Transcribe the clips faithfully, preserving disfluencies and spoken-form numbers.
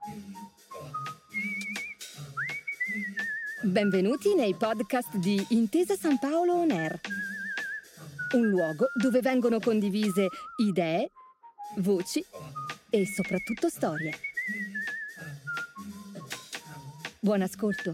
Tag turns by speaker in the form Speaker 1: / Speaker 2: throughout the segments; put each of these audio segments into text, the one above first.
Speaker 1: Benvenuti nei podcast di Intesa San Paolo On Air, un luogo dove vengono condivise idee, voci e soprattutto storie. Buon ascolto.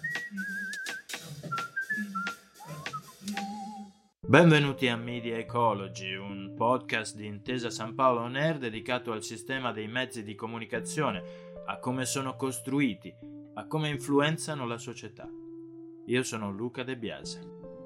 Speaker 2: Benvenuti a Media Ecology, un podcast di Intesa San Paolo On Air dedicato al sistema dei mezzi di comunicazione, a come sono costruiti, a come influenzano la società. Io sono Luca De Biase.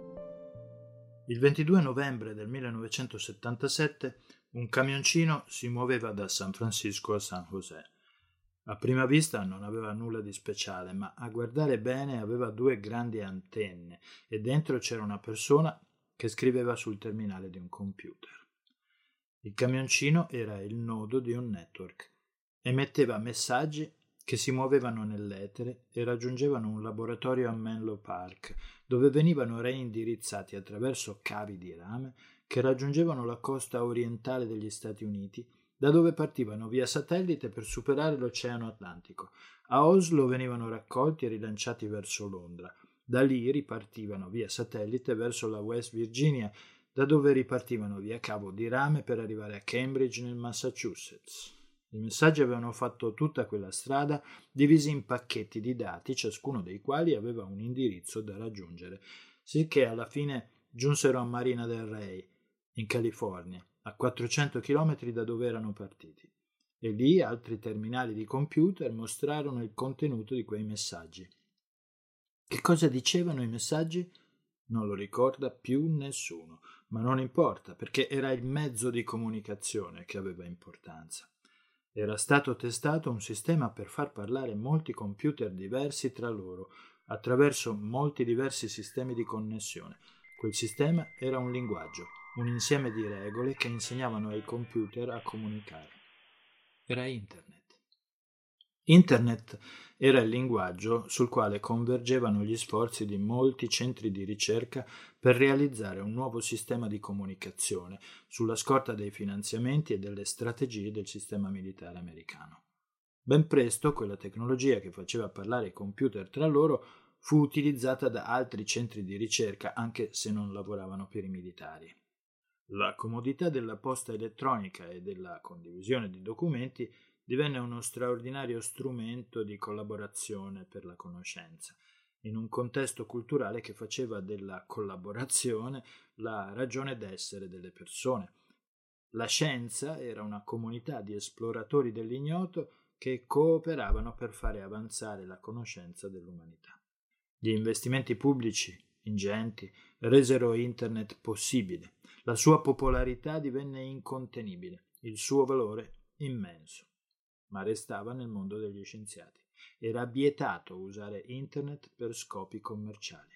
Speaker 2: Il ventidue novembre del millenovecentosettantasette un camioncino si muoveva da San Francisco a San José. A prima vista non aveva nulla di speciale, ma a guardare bene aveva due grandi antenne e dentro c'era una persona che scriveva sul terminale di un computer. Il camioncino era il nodo di un network. Emetteva messaggi che si muovevano nell'etere e raggiungevano un laboratorio a Menlo Park, dove venivano reindirizzati attraverso cavi di rame che raggiungevano la costa orientale degli Stati Uniti, da dove partivano via satellite per superare l'Oceano Atlantico. A Oslo venivano raccolti e rilanciati verso Londra. Da lì ripartivano via satellite verso la West Virginia, da dove ripartivano via cavo di rame per arrivare a Cambridge nel Massachusetts. I messaggi avevano fatto tutta quella strada divisi in pacchetti di dati, ciascuno dei quali aveva un indirizzo da raggiungere, sicché alla fine giunsero a Marina del Rey, in California, a quattrocento chilometri da dove erano partiti. E lì altri terminali di computer mostrarono il contenuto di quei messaggi. Che cosa dicevano i messaggi? Non lo ricorda più nessuno, ma non importa, perché era il mezzo di comunicazione che aveva importanza. Era stato testato un sistema per far parlare molti computer diversi tra loro, attraverso molti diversi sistemi di connessione. Quel sistema era un linguaggio, un insieme di regole che insegnavano ai computer a comunicare. Era Internet. Internet era il linguaggio sul quale convergevano gli sforzi di molti centri di ricerca per realizzare un nuovo sistema di comunicazione sulla scorta dei finanziamenti e delle strategie del sistema militare americano. Ben presto quella tecnologia che faceva parlare i computer tra loro fu utilizzata da altri centri di ricerca, anche se non lavoravano per i militari. La comodità della posta elettronica e della condivisione di documenti divenne uno straordinario strumento di collaborazione per la conoscenza, in un contesto culturale che faceva della collaborazione la ragione d'essere delle persone. La scienza era una comunità di esploratori dell'ignoto che cooperavano per fare avanzare la conoscenza dell'umanità. Gli investimenti pubblici, ingenti, resero Internet possibile. La sua popolarità divenne incontenibile, il suo valore immenso. Ma restava nel mondo degli scienziati. Era vietato usare Internet per scopi commerciali,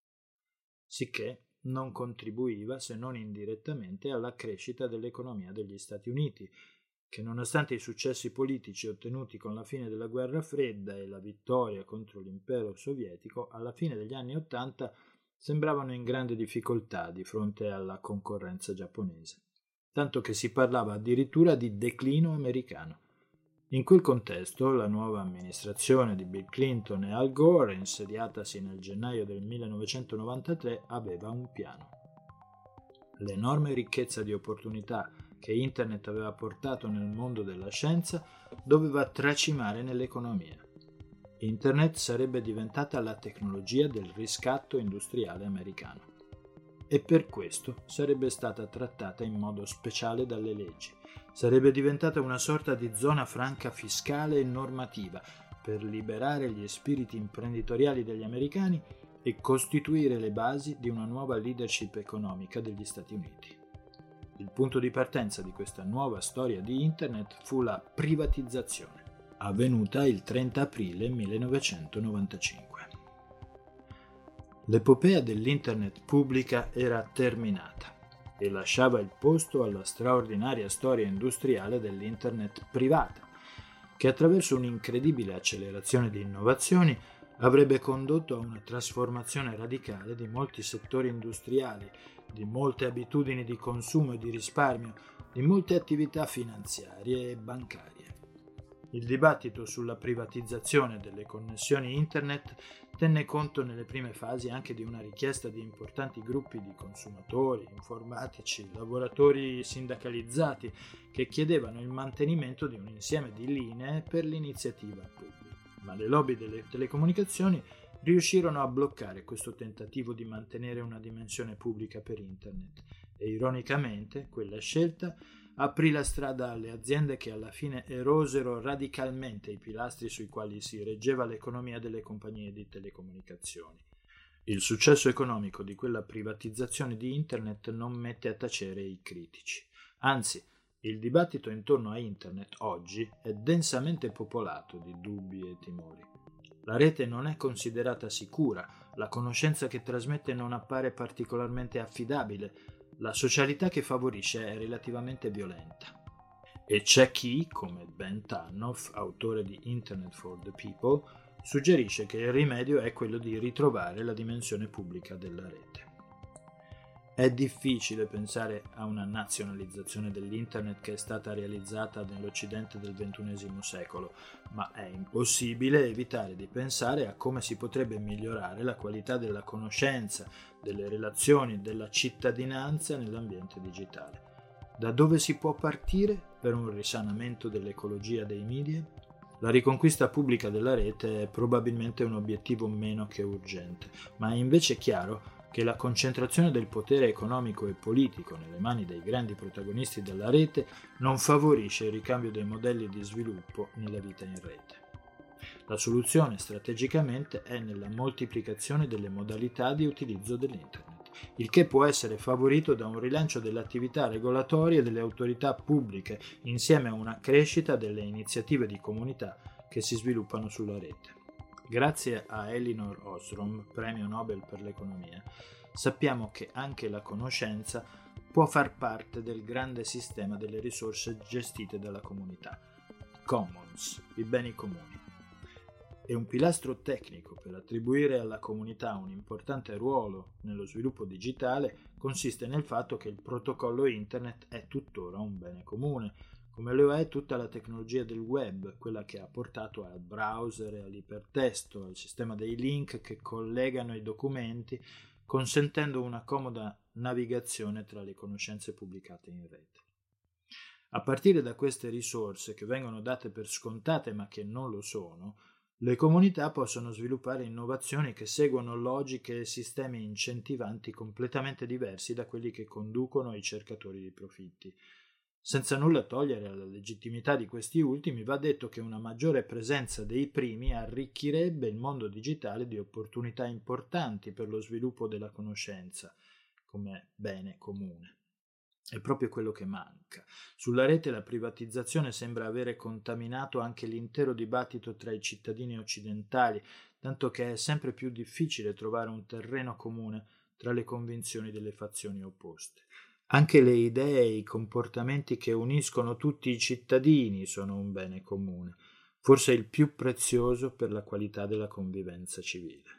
Speaker 2: sicché non contribuiva, se non indirettamente, alla crescita dell'economia degli Stati Uniti, che nonostante i successi politici ottenuti con la fine della Guerra Fredda e la vittoria contro l'impero sovietico, alla fine degli anni Ottanta sembravano in grande difficoltà di fronte alla concorrenza giapponese, tanto che si parlava addirittura di declino americano. In quel contesto, la nuova amministrazione di Bill Clinton e Al Gore, insediatasi nel gennaio del millenovecentonovantatré, aveva un piano. L'enorme ricchezza di opportunità che Internet aveva portato nel mondo della scienza doveva tracimare nell'economia. Internet sarebbe diventata la tecnologia del riscatto industriale americano. E per questo sarebbe stata trattata in modo speciale dalle leggi. Sarebbe diventata una sorta di zona franca fiscale e normativa per liberare gli spiriti imprenditoriali degli americani e costituire le basi di una nuova leadership economica degli Stati Uniti. Il punto di partenza di questa nuova storia di Internet fu la privatizzazione, avvenuta il trenta aprile millenovecentonovantacinque. L'epopea dell'Internet pubblica era terminata e lasciava il posto alla straordinaria storia industriale dell'Internet privata, che attraverso un'incredibile accelerazione di innovazioni avrebbe condotto a una trasformazione radicale di molti settori industriali, di molte abitudini di consumo e di risparmio, di molte attività finanziarie e bancarie. Il dibattito sulla privatizzazione delle connessioni internet tenne conto nelle prime fasi anche di una richiesta di importanti gruppi di consumatori, informatici, lavoratori sindacalizzati che chiedevano il mantenimento di un insieme di linee per l'iniziativa pubblica. Ma le lobby delle telecomunicazioni riuscirono a bloccare questo tentativo di mantenere una dimensione pubblica per internet e ironicamente quella scelta aprì la strada alle aziende che alla fine erosero radicalmente i pilastri sui quali si reggeva l'economia delle compagnie di telecomunicazioni. Il successo economico di quella privatizzazione di internet non mette a tacere i critici. Anzi, il dibattito intorno a internet oggi è densamente popolato di dubbi e timori. La rete non è considerata sicura, la conoscenza che trasmette non appare particolarmente affidabile, la socialità che favorisce è relativamente violenta. E c'è chi, come Ben Tarnoff, autore di Internet for the People, suggerisce che il rimedio è quello di ritrovare la dimensione pubblica della rete. È difficile pensare a una nazionalizzazione dell'Internet che è stata realizzata nell'Occidente del ventunesimo secolo, ma è impossibile evitare di pensare a come si potrebbe migliorare la qualità della conoscenza, delle relazioni, della cittadinanza nell'ambiente digitale. Da dove si può partire per un risanamento dell'ecologia dei media? La riconquista pubblica della rete è probabilmente un obiettivo meno che urgente, ma è invece chiaro che la concentrazione del potere economico e politico nelle mani dei grandi protagonisti della rete non favorisce il ricambio dei modelli di sviluppo nella vita in rete. La soluzione strategicamente è nella moltiplicazione delle modalità di utilizzo dell'Internet, il che può essere favorito da un rilancio delle attività regolatorie delle autorità pubbliche insieme a una crescita delle iniziative di comunità che si sviluppano sulla rete. Grazie a Elinor Ostrom, premio Nobel per l'economia, sappiamo che anche la conoscenza può far parte del grande sistema delle risorse gestite dalla comunità. Commons, i beni comuni. E un pilastro tecnico per attribuire alla comunità un importante ruolo nello sviluppo digitale consiste nel fatto che il protocollo Internet è tuttora un bene comune, come lo è tutta la tecnologia del web, quella che ha portato al browser e all'ipertesto, al sistema dei link che collegano i documenti, consentendo una comoda navigazione tra le conoscenze pubblicate in rete. A partire da queste risorse, che vengono date per scontate ma che non lo sono, le comunità possono sviluppare innovazioni che seguono logiche e sistemi incentivanti completamente diversi da quelli che conducono ai cercatori di profitti. Senza nulla togliere alla legittimità di questi ultimi, va detto che una maggiore presenza dei primi arricchirebbe il mondo digitale di opportunità importanti per lo sviluppo della conoscenza come bene comune. È proprio quello che manca. Sulla rete la privatizzazione sembra avere contaminato anche l'intero dibattito tra i cittadini occidentali, tanto che è sempre più difficile trovare un terreno comune tra le convinzioni delle fazioni opposte. Anche le idee e i comportamenti che uniscono tutti i cittadini sono un bene comune, forse il più prezioso per la qualità della convivenza civile.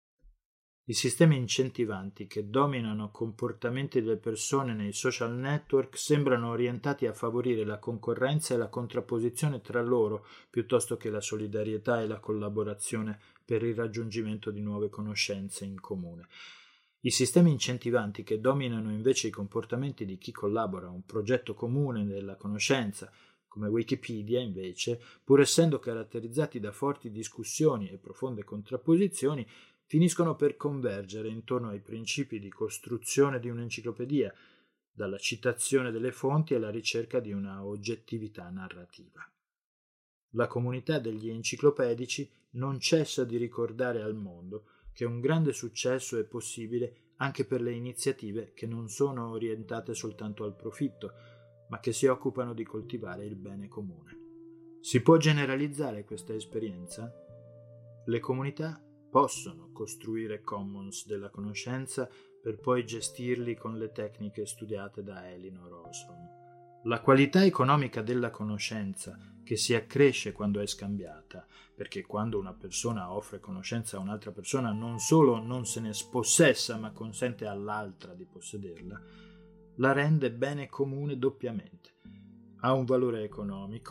Speaker 2: I sistemi incentivanti che dominano comportamenti delle persone nei social network sembrano orientati a favorire la concorrenza e la contrapposizione tra loro piuttosto che la solidarietà e la collaborazione per il raggiungimento di nuove conoscenze in comune. I sistemi incentivanti che dominano invece i comportamenti di chi collabora a un progetto comune della conoscenza, come Wikipedia invece, pur essendo caratterizzati da forti discussioni e profonde contrapposizioni, finiscono per convergere intorno ai principi di costruzione di un'enciclopedia, dalla citazione delle fonti alla ricerca di una oggettività narrativa. La comunità degli enciclopedici non cessa di ricordare al mondo che un grande successo è possibile anche per le iniziative che non sono orientate soltanto al profitto, ma che si occupano di coltivare il bene comune. Si può generalizzare questa esperienza? Le comunità possono costruire commons della conoscenza per poi gestirli con le tecniche studiate da Elinor Ostrom. La qualità economica della conoscenza, che si accresce quando è scambiata, perché quando una persona offre conoscenza a un'altra persona non solo non se ne spossessa, ma consente all'altra di possederla, la rende bene comune doppiamente. Ha un valore economico,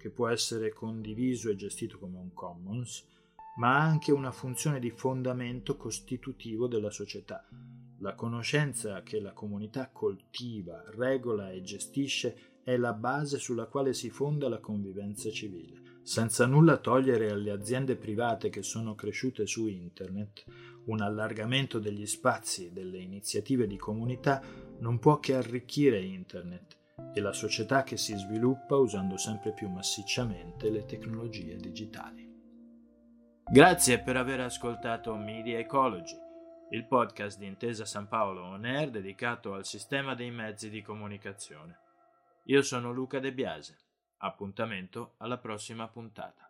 Speaker 2: che può essere condiviso e gestito come un commons, ma ha anche una funzione di fondamento costitutivo della società. La conoscenza che la comunità coltiva, regola e gestisce è la base sulla quale si fonda la convivenza civile. Senza nulla togliere alle aziende private che sono cresciute su Internet, un allargamento degli spazi e delle iniziative di comunità non può che arricchire Internet e la società che si sviluppa usando sempre più massicciamente le tecnologie digitali. Grazie per aver ascoltato Media Ecology, il podcast di Intesa San Paolo On Air dedicato al sistema dei mezzi di comunicazione. Io sono Luca De Biase. Appuntamento alla prossima puntata.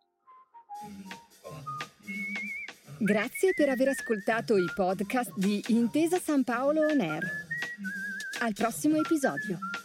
Speaker 1: Grazie per aver ascoltato i podcast di Intesa San Paolo On Air. Al prossimo episodio.